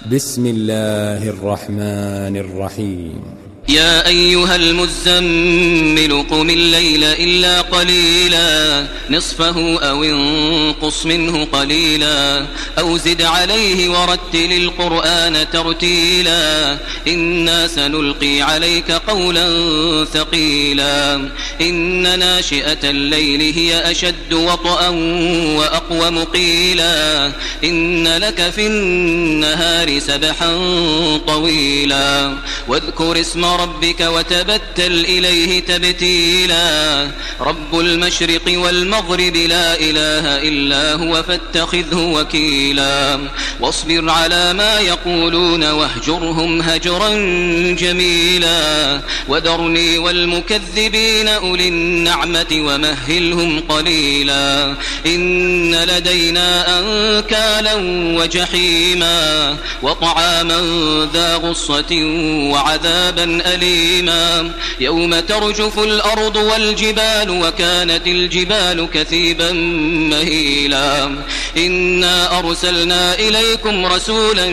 بسم الله الرحمن الرحيم. يا أيها المزمل قم الليل إلا قليلا نصفه أو انقص منه قليلا أو زد عليه ورتل القرآن ترتيلا إنا سنلقي عليك قولا ثقيلا إن ناشئة الليل هي أشد وطئا وأقوم قيلا إن لك في النهار سبحا طويلا واذكر اسم ربك وتبتل إليه تبتيلا رب المشرق والمغرب لا إله إلا هو فاتخذه وكيلا واصبر على ما يقولون واهجرهم هجرا جميلا وذرني والمكذبين أولي النعمة ومهلهم قليلا إن لدينا أنكالا وجحيما وطعاما ذا غصة وعذابا أليما يوم ترجف الأرض والجبال وكانت الجبال كثيبا مهيلا إنا أرسلنا إليكم رسولا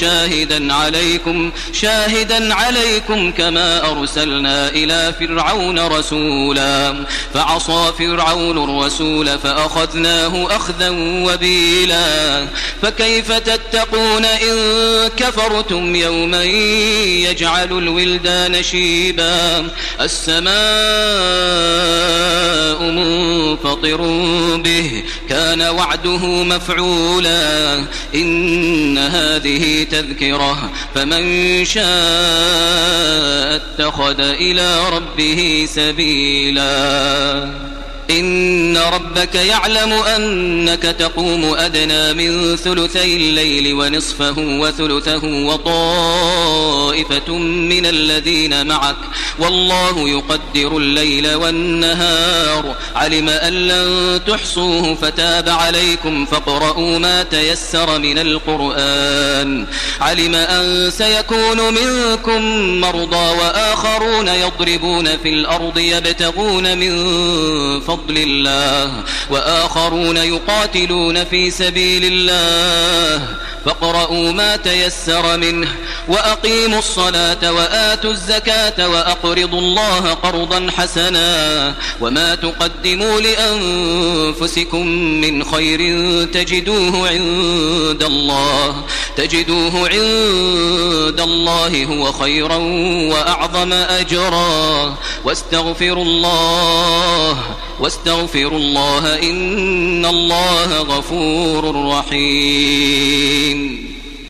شاهدا عليكم كما أرسلنا إلى فرعون رسولا فعصى فرعون الرسول فأخذناه أخذا وبيلا فكيف تتقون إن كفرتم يوما يجعل الولدان شيبا السماء منفطر به كان وعده مفعولا إن هذه تذكرة فمن شاء اتخذ إلى ربه سبيلا إن ربك يعلم أنك تقوم أدنى من ثلثي الليل ونصفه وثلثه وطائفة من الذين معك والله يقدر الليل والنهار علم أن لن تحصوه فتاب عليكم فاقرؤوا ما تيسر من القرآن علم أن سيكون منكم مرضى وآخرون يضربون في الأرض يبتغون من فضل الله وآخرون يقاتلون في سبيل الله فاقرؤوا ما تيسر منه وأقيموا الصلاة وآتوا الزكاة وأقرضوا الله قرضا حسنا وما تقدموا لأنفسكم من خير تجدوه عند الله هو خيرا وأعظم أجرا واستغفروا الله إن الله غفور رحيم.